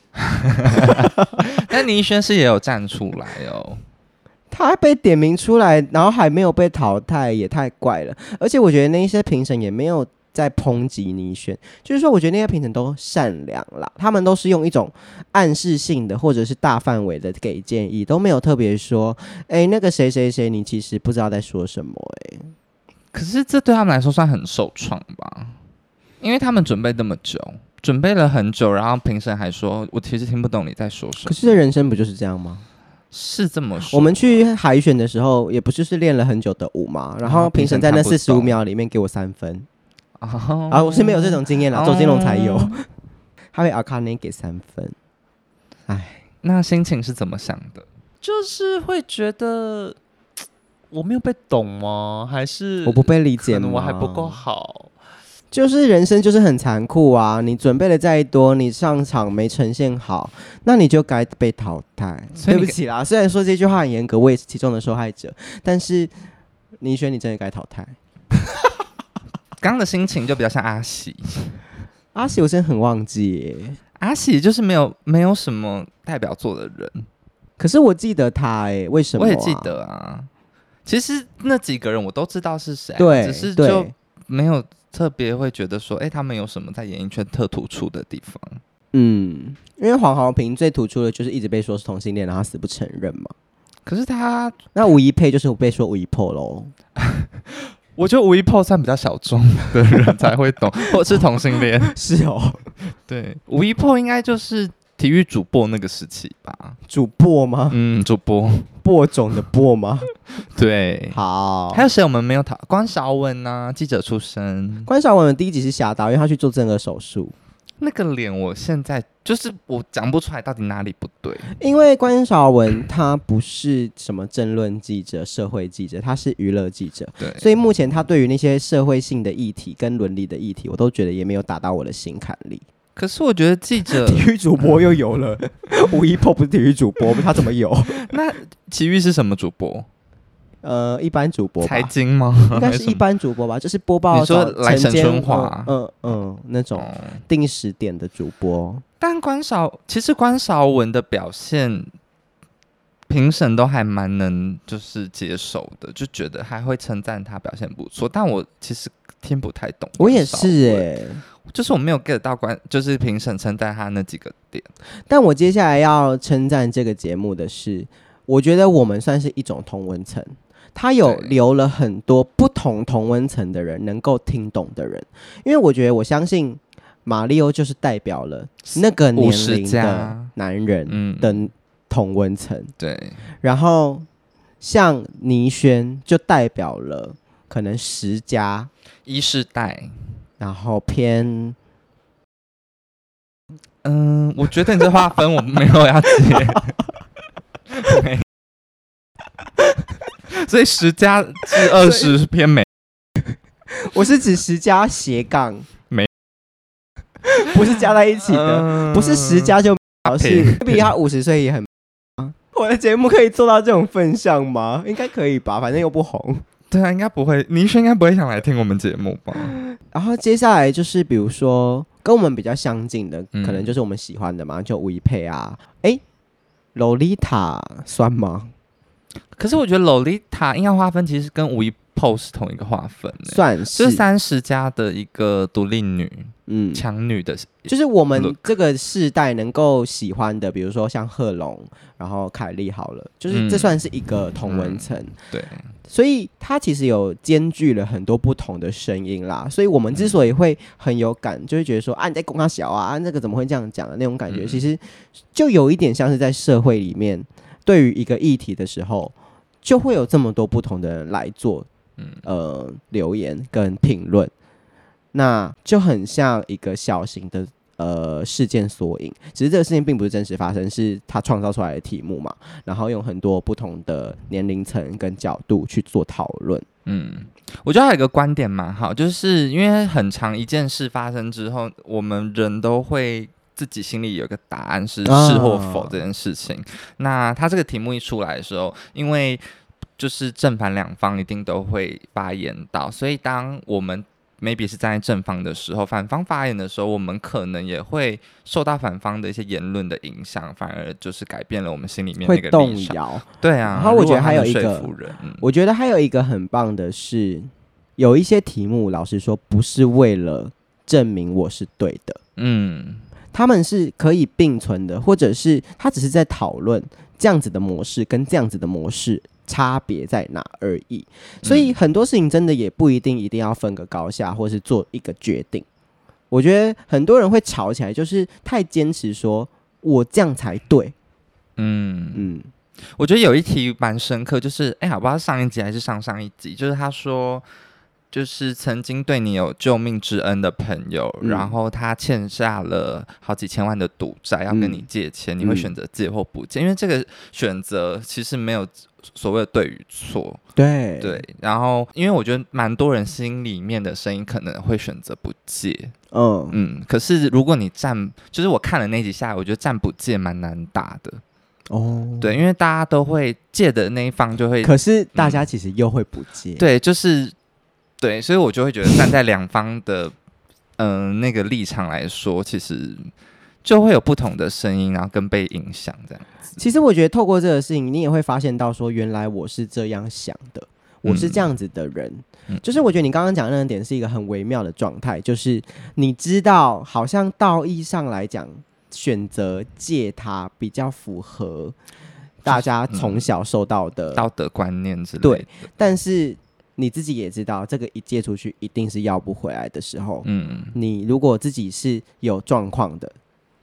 但倪轩是也有站出来哦， 他被点名出来，然后还没有被淘汰，也太怪了。而且我觉得那些评审也没有在抨击倪轩，就是说我觉得那些评审都善良啦，他们都是用一种暗示性的或者是大范围的给建议，都没有特别说哎那个谁谁谁你其实不知道在说什么。哎， 可是这对他们来说算很受创吧，因为他们准备那么久，准备了很久，然后评审还说我其实听不懂你在说什么。 可是人生不就是这样吗？ 是这么说。 我们去海选的时候也不就是练了很久的舞嘛，然后评审在那四十五秒里面给我三分。哦、啊，我是没有这种经验啦，周金龙才有，哦、他会阿卡内给三分。哎， 那心情是怎么想的？ 就是会觉得我没有被懂吗？还是我不被理解吗？ 可能我还不够好。 就是人生就是很残酷啊！你准备的再多，你上场没呈现好，那你就该被淘汰。对不起啦，虽然说这句话很严格，我也是其中的受害者，但是倪轩你真的该淘汰。 刚刚的心情就比较像阿喜， 阿喜我真的很忘记耶， 阿喜就是没有没有什么代表作的人， 可是我记得他哎，为什么、啊？ 我也记得啊。其实那几个人我都知道是谁、啊， 对， 只是就没有特别会觉得说，哎、欸，他们有什么在演艺圈特突出的地方？ 嗯，因为黄豪平最突出的就是一直被说是同性恋，然后他死不承认嘛。 可是他那吴一佩就是被说吴一破喽。 我觉得吴一破算比较小众的人才会懂，或是同性恋。 是哦， 对，吴一破应该就是体育主播那个时期吧。 主播吗？ 嗯，主播， 播种的播吗？ 对。 好， 还有谁我们没有讨？关韶文啊，记者出身。 关韶文的第一集是吓到，因为他去做正颌手术。 那个脸，我现在就是我讲不出来到底哪里不对。 因为关韶文他不是什么政论记者、社会记者，他是娱乐记者， 对， 所以目前他对于那些社会性的议题跟伦理的议题，我都觉得也没有打到我的心坎里。 可是我觉得记者体育主播又有了，吴一破不是体育主播，他怎么有？ 那奇遇是什么主播？ 呃，一般主播吧， 财经吗？ 应该是一般主播吧，就是播报。 你说来沈春华， 嗯嗯、嗯，那种定时点的主播。 但关韶其实关韶文的表现，评审都还蛮能就是接受的，就觉得还会称赞他表现不错。但我其实听不太懂， 我也是哎、欸， 就是我没有 get 到关，就是评审称赞他那几个点。 但我接下来要称赞这个节目的是，我觉得我们算是一种同温层。他有留了很多不同同温层的人能够听懂的人，因为我觉得我相信马里欧就是代表了那个年龄的男人的同温层、嗯， 对。 然后像倪轩就代表了可能十加一世代， 然后偏， 嗯，我觉得你这划分我没有要接。所以十加至二十偏美， 我是指十加斜杠美， 不是加在一起的，嗯、不是十加就表示比他五十岁也很。我的节目可以做到这种份上吗？应该可以吧，反正又不红。 对啊，应该不会，倪轩应该不会想来听我们节目吧？ 然后接下来就是比如说跟我们比较相近的，嗯、可能就是我们喜欢的嘛，就吴一佩啊，哎，洛丽塔算吗？ 可是我觉得洛丽塔硬要划分，其实跟吴一破是同一个划分， 算是就是三十加的一个独立女，嗯，强女的， 就是我们这个世代能够喜欢的，比如说像贺龙，然后凯莉好了，就是这算是一个同文层、嗯嗯， 对， 所以它其实有兼具了很多不同的声音啦，所以我们之所以会很有感，就会觉得说啊你在攻他小啊，啊那个怎么会这样讲的那种感觉、嗯，其实就有一点像是在社会里面对于一个议题的时候。就会有这么多不同的人来做，嗯、呃，留言跟评论，那就很像一个小型的呃事件缩影。只是这个事情并不是真实发生，是他创造出来的题目嘛，然后用很多不同的年龄层跟角度去做讨论。嗯， 我觉得还有一个观点蛮好，就是因为很长一件事发生之后，我们人都会。自己心里有一个答案是是或否这件事情、啊、那他这个题目一出来的时候，因为就是正反两方一定都会发言到，所以当我们 maybe 是站在正方的时候，反方发言的时候，我们可能也会受到反方的一些言论的影响，反而就是改变了我们心里面那个立场，会动摇。对啊， 然后我觉得还有一个、 嗯、 我觉得还有一个很棒的是，有一些题目老实说不是为了证明我是对的，嗯，他们是可以并存的，或者是他只是在讨论这样子的模式跟这样子的模式差别在哪而已。所以很多事情真的也不一定一定要分个高下，或是做一个决定。我觉得很多人会吵起来，就是太坚持说我这样才对。嗯嗯，我觉得有一题蛮深刻，就是哎，我不知道上一集还是上上一集，就是他说。就是曾经对你有救命之恩的朋友、嗯、然后他欠下了好几千万的赌债要跟你借钱、嗯、你会选择借或不借、嗯、因为这个选择其实没有所谓的对与错， 对对，然后因为我觉得蛮多人心里面的声音可能会选择不借，嗯嗯，可是如果你站，就是我看了那集下来，我觉得站不借蛮难打的哦，对，因为大家都会借的那一方就会， 可是大家其实又会不借、 嗯、对，就是对，所以我就会觉得站在两方的嗯、呃、那个立场来说，其实就会有不同的声音，然后更被影响这样子。 其实我觉得透过这个事情，你也会发现到说，原来我是这样想的，我是这样子的人。嗯、就是我觉得你刚刚讲的那个点是一个很微妙的状态，就是你知道，好像道义上来讲，选择借他比较符合大家从小受到的、 嗯、道德观念之类的， 对，但是。你自己也知道，这个一借出去一定是要不回来的时候，嗯，你如果自己是有状况的，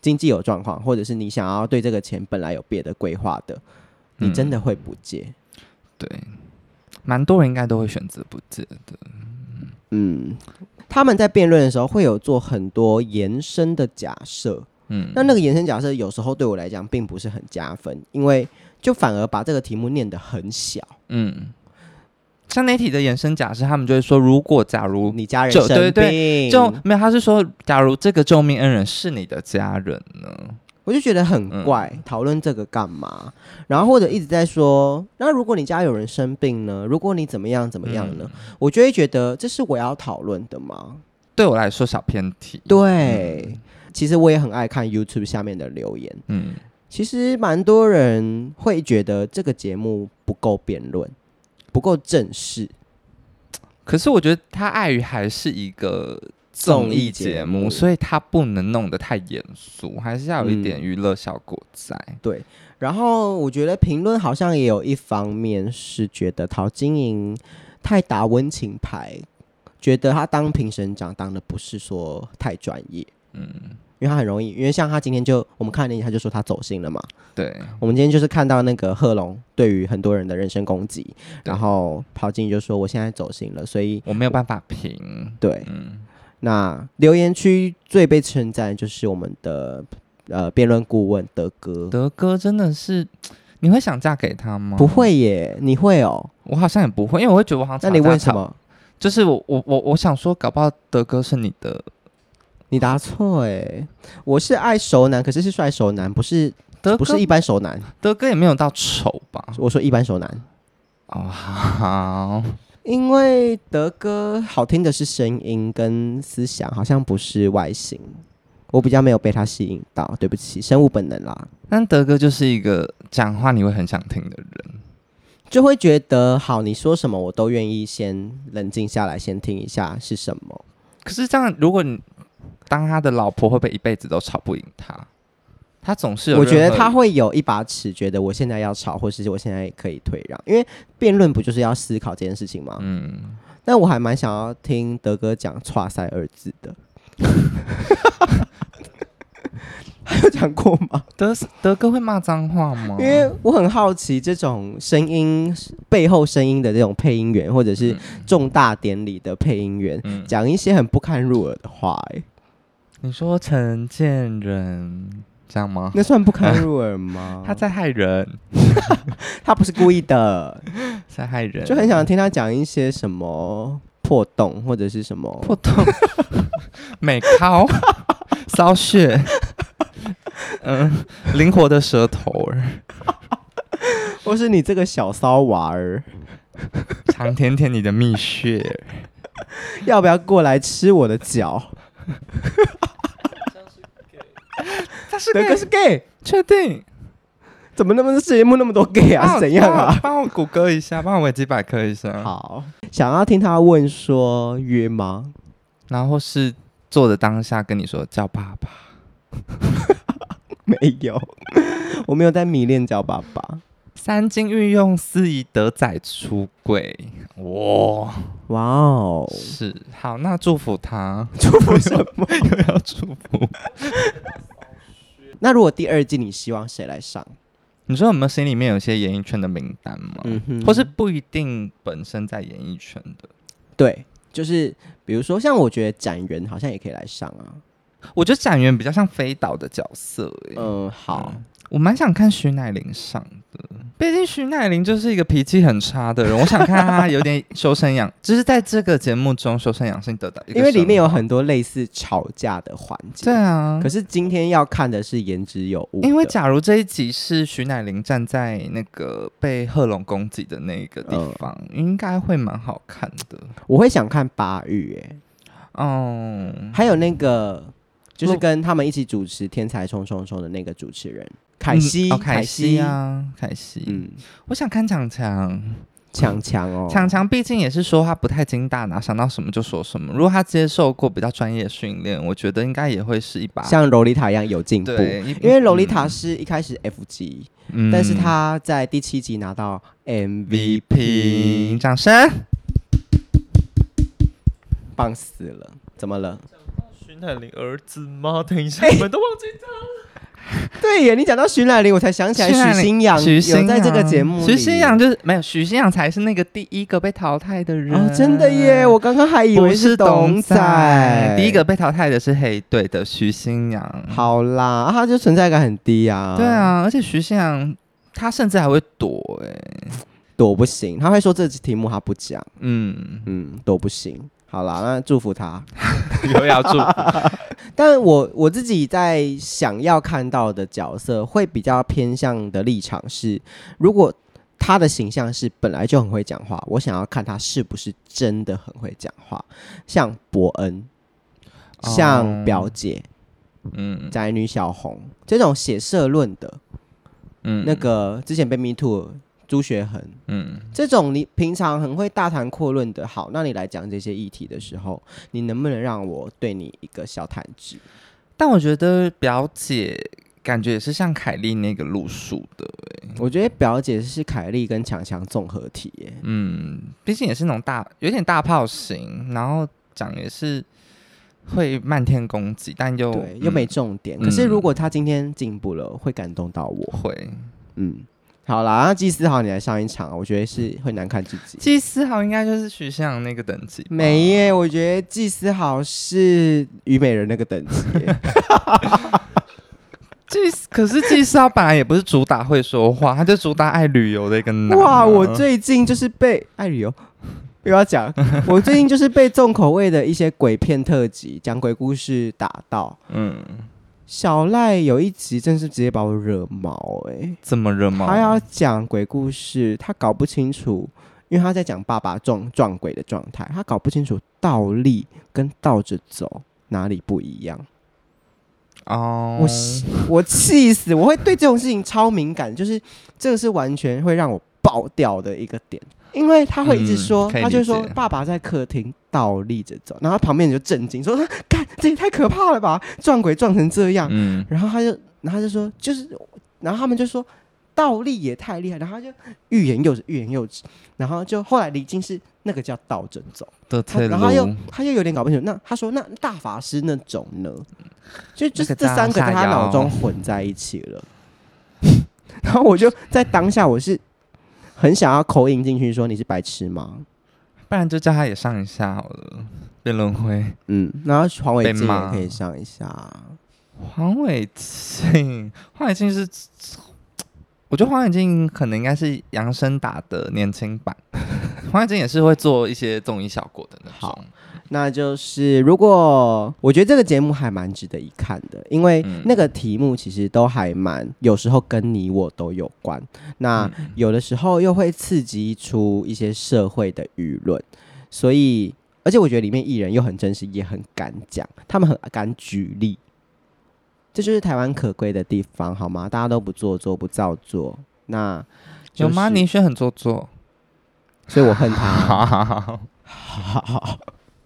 经济有状况，或者是你想要对这个钱本来有别的规划的，你真的会不借。 嗯、对，蛮多人应该都会选择不借的。 嗯，他们在辩论的时候会有做很多延伸的假设。嗯，那那个延伸假设有时候对我来讲并不是很加分，因为就反而把这个题目念得很小。嗯， 像那题的延伸假设，他们就会说，如果假如你家人生病， 对对对，就没有，他是说，假如这个救命恩人是你的家人呢？ 我就觉得很怪，讨论、嗯、这个干嘛？然后或者一直在说，那如果你家有人生病呢？如果你怎么样怎么样呢？嗯、我就会觉得这是我要讨论的吗？ 对我来说小偏题。 对。嗯，其实我也很爱看 YouTube 下面的留言，嗯，其实蛮多人会觉得这个节目不够辩论，不够正式。 可是我觉得它碍于还是一个综艺节目，所以它不能弄得太严肃，还是要有一点娱乐效果在。嗯， 对，然后我觉得评论好像也有一方面是觉得陶晶莹太打温情牌，觉得他当评审长当的不是说太专业。嗯，因为他很容易，因为像他今天就我们看那集他就说他走心了嘛。 对， 我们今天就是看到那个贺龙对于很多人的人身攻击，然后陶晶莹就说我现在走心了，所以我没有办法评。 对，嗯，那留言区最被称赞就是我们的呃辩论顾问德哥。 德哥真的是，你会想嫁给他吗？ 不会耶，你会哦？ 我好像也不会，因为我会觉得我好像。 那你为什么？ 就是我我我我想说，搞不好德哥是你的。 你答错哎，我是爱熟男，可是是帅熟男，不是不是一般熟男。 德哥也没有到丑吧？ 我说一般熟男。 哦，好， 因为德哥好听的是声音跟思想，好像不是外形。我比较没有被他吸引到，对不起，生物本能啦。 但德哥就是一个讲话你会很想听的人， 就会觉得好，你说什么我都愿意先冷静下来，先听一下是什么。 可是这样，如果你当他的老婆，会不会一辈子都吵不赢他？他总是有， 我觉得他会有一把尺，觉得我现在要吵，或是我现在可以退让，因为辩论不就是要思考这件事情吗？嗯，但我还蛮想要听德哥讲"剉赛"二字的。还有讲过吗？ 德德哥会骂脏话吗？ 因为我很好奇这种声音背后声音的这种配音员，或者是重大典礼的配音员，讲、嗯、一些很不堪入耳的话、欸。 你说陈建仁这样吗？ 那算不堪入耳吗？ 他在害人， 他不是故意的， 在害人。 就很想听他讲一些什么破洞或者是什么破洞、美尻、骚穴。嗯，灵活的舌头儿， 或是你这个小骚娃儿， 尝甜甜你的蜜穴， 要不要过来吃我的脚？ 他是 gay， 德哥是 gay， 确定？ 怎么那么节目那么多 gay 啊？是怎样啊？ 帮我谷歌一下，帮我维基百科一下。 好，想要听他问说约吗？ 然后是做的当下跟你说叫爸爸。 没有，我没有在迷恋叫爸爸。 三金运用司仪德仔出柜，哇哇哦， 是好，那祝福他， 祝福什么？ 又要祝福。 那如果第二季你希望谁来上？ 你说有没有心里面有一些演艺圈的名单吗？嗯哼，或是不一定本身在演艺圈的？ 对，就是比如说像我觉得展元好像也可以来上啊。 我觉得展元比较像飞导的角色、欸， 嗯，好， 嗯、我蛮想看徐乃麟上的，毕竟徐乃麟就是一个脾气很差的人，我想看他有点修身养，就是在这个节目中修身养性得到一个， 因为里面有很多类似吵架的环节， 对啊， 可是今天要看的是言之有物， 因为假如这一集是徐乃麟站在那个被贺龙攻击的那个地方，嗯、应该会蛮好看的， 我会想看巴玉、欸，哎，哦，还有那个。就是跟他们一起主持《天才冲冲冲》的那个主持人凯西， 嗯哦、凯西啊，凯西，嗯，我想看强强， 强强哦， 强强毕竟也是说他不太经大脑，想到什么就说什么。如果他接受过比较专业训练，我觉得应该也会是一把像洛丽塔一样有进步。因为洛丽塔是一开始 F 级、嗯，但是他在第七集拿到 M V P， 掌声， 棒死了！怎么了？ 徐乃麟儿子吗？等一下，你们都忘记他了。 对耶，你讲到徐乃麟，我才想起来许新阳许新有在这个节目里。 许新阳就是没有，许新阳才是那个第一个被淘汰的人。 哦，真的耶！我刚刚还以为是董仔， 第一个被淘汰的是黑队的许新阳。 好啦，啊、他就存在感很低啊。 对啊，而且许新阳他甚至还会躲、欸，哎， 躲不行，他会说这题目他不讲。 嗯嗯，躲不行。好啦，那祝福他， 又要祝福。 但我我自己在想要看到的角色，会比较偏向的立场是，如果他的形象是本来就很会讲话，我想要看他是不是真的很会讲话，像伯恩，像表姐，嗯，宅女小红这种写社论的，嗯，那个之前被 Me Too。朱学恒，嗯，这种你平常很会大谈阔论的，好，那你来讲这些议题的时候，你能不能让我对你一个小弹指？ 但我觉得表姐感觉也是像凯莉那个路数的、欸， 我觉得表姐是凯莉跟强强综合体、欸， 嗯，毕竟也是那种大有点大炮型，然后讲也是会漫天攻击，但又对又没重点、嗯。可是如果他今天进步了，会感动到我， 会， 嗯。好啦，那季思豪你来上一场，我觉得是会难看至极。 季思豪应该就是许新阳那个等级， 没耶，我觉得季思豪是虞美人那个等级。 季可是季思豪本来也不是主打会说话，他就主打爱旅游的一个男、啊。 哇，我最近就是被爱旅游。又要讲，我最近就是被重口味的一些鬼片特辑讲鬼故事打到，嗯。小赖有一集真是直接把我惹毛哎、欸！ 怎么惹毛？ 他要讲鬼故事，他搞不清楚，因为他在讲爸爸撞撞鬼的状态，他搞不清楚倒立跟倒着走哪里不一样。哦、oh. ，我我气死！我会对这种事情超敏感，就是这个是完全会让我爆掉的一个点。因为他会一直说，嗯、他就说爸爸在客厅倒立着走，然后旁边人就震惊说：“干，这也太可怕了吧！撞鬼撞成这样。嗯”然后他就，然后他就说，就是，然后他们就说倒立也太厉害，然后他就欲言又止，欲言又止，然后就后来李菁是那个叫倒着走，然后他又他又有点搞不清楚。那他说那大法师那种呢？就就是这三个在他脑中混在一起了。然后我就在当下，我是。很想要口音进去说你是白痴吗？ 不然就叫他也上一下好了，辩论会。 嗯，然后黄伟晋也可以上一下。 黄伟晋，黄伟晋是，我觉得黄伟晋可能应该是杨生达的年轻版。黄伟晋也是会做一些综艺效果的那种。 好，那就是如果我觉得这个节目还蛮值得一看的，因为那个题目其实都还蛮，有时候跟你我都有关，那有的时候又会刺激出一些社会的舆论，所以而且我觉得里面艺人又很真实，也很敢讲，他们很敢举例，这就是台湾可贵的地方，好吗？大家都不做作，不造作，那、就是、 有吗？倪轩很做作， 所以我恨他。 好好好好好。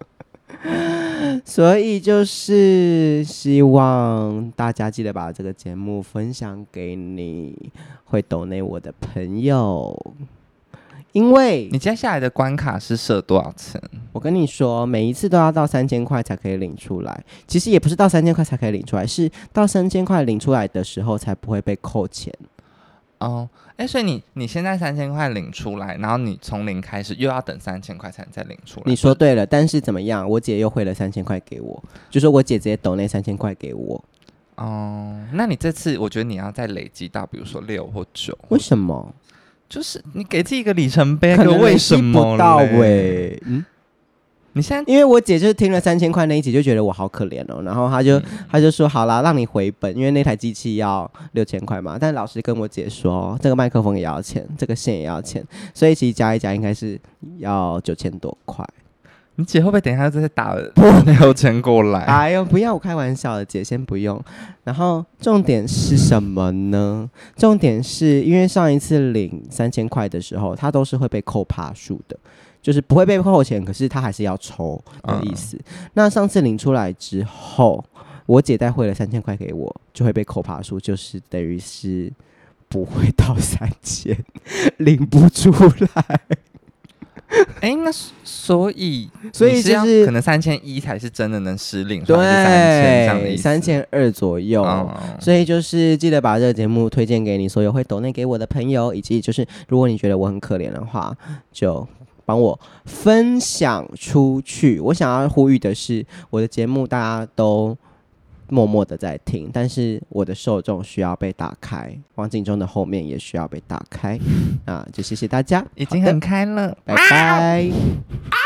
所以就是希望大家记得把这个节目分享给你会抖内我的朋友，因为你接下来的关卡是设多少钱？ 我跟你说，每一次都要到三千块才可以领出来。其实也不是到三千块才可以领出来，是到三千块领出来的时候才不会被扣钱。 哦，哎，所以你你现在三千块领出来，然后你从零开始又要等三千块才能再领出来。 你说对了，但是怎么样？我姐又汇了三千块给我，就说我姐直接抖那三千块给我。 哦，那你这次我觉得你要再累积到，比如说六或九。 为什么？ 就是你给自己一个里程碑， 可能为什么不到位？嗯。 你现在因为我姐就是听了三千块那一集就觉得我好可怜哦，然后她就、嗯、她就说好啦，让你回本，因为那台机器要六千块嘛。但老师跟我姐说，这个麦克风也要钱，这个线也要钱，所以其实加一加应该是要九千多块。 你姐会不会等一下再打六千过来？ 哎呦，不要，我开玩笑的，姐先不用。然后重点是什么呢？重点是因为上一次领三千块的时候，她都是会被扣趴数的。就是不会被扣钱，可是他还是要抽的意思、嗯。那上次领出来之后，我姐带汇了三千块给我，就会被扣趴数，就是等于是不会到三千，领不出来。 哎、欸，那所以所以就是是可能三千一才是真的能实领，对，三三千二左右、哦。所以就是记得把这个节目推荐给你所有会抖内给我的朋友，以及就是如果你觉得我很可怜的话，就帮我分享出去。我想要呼吁的是，我的节目大家都默默的在听，但是我的受众需要被打开，王景忠的后面也需要被打开。那就谢谢大家， 已经很开了， 拜拜。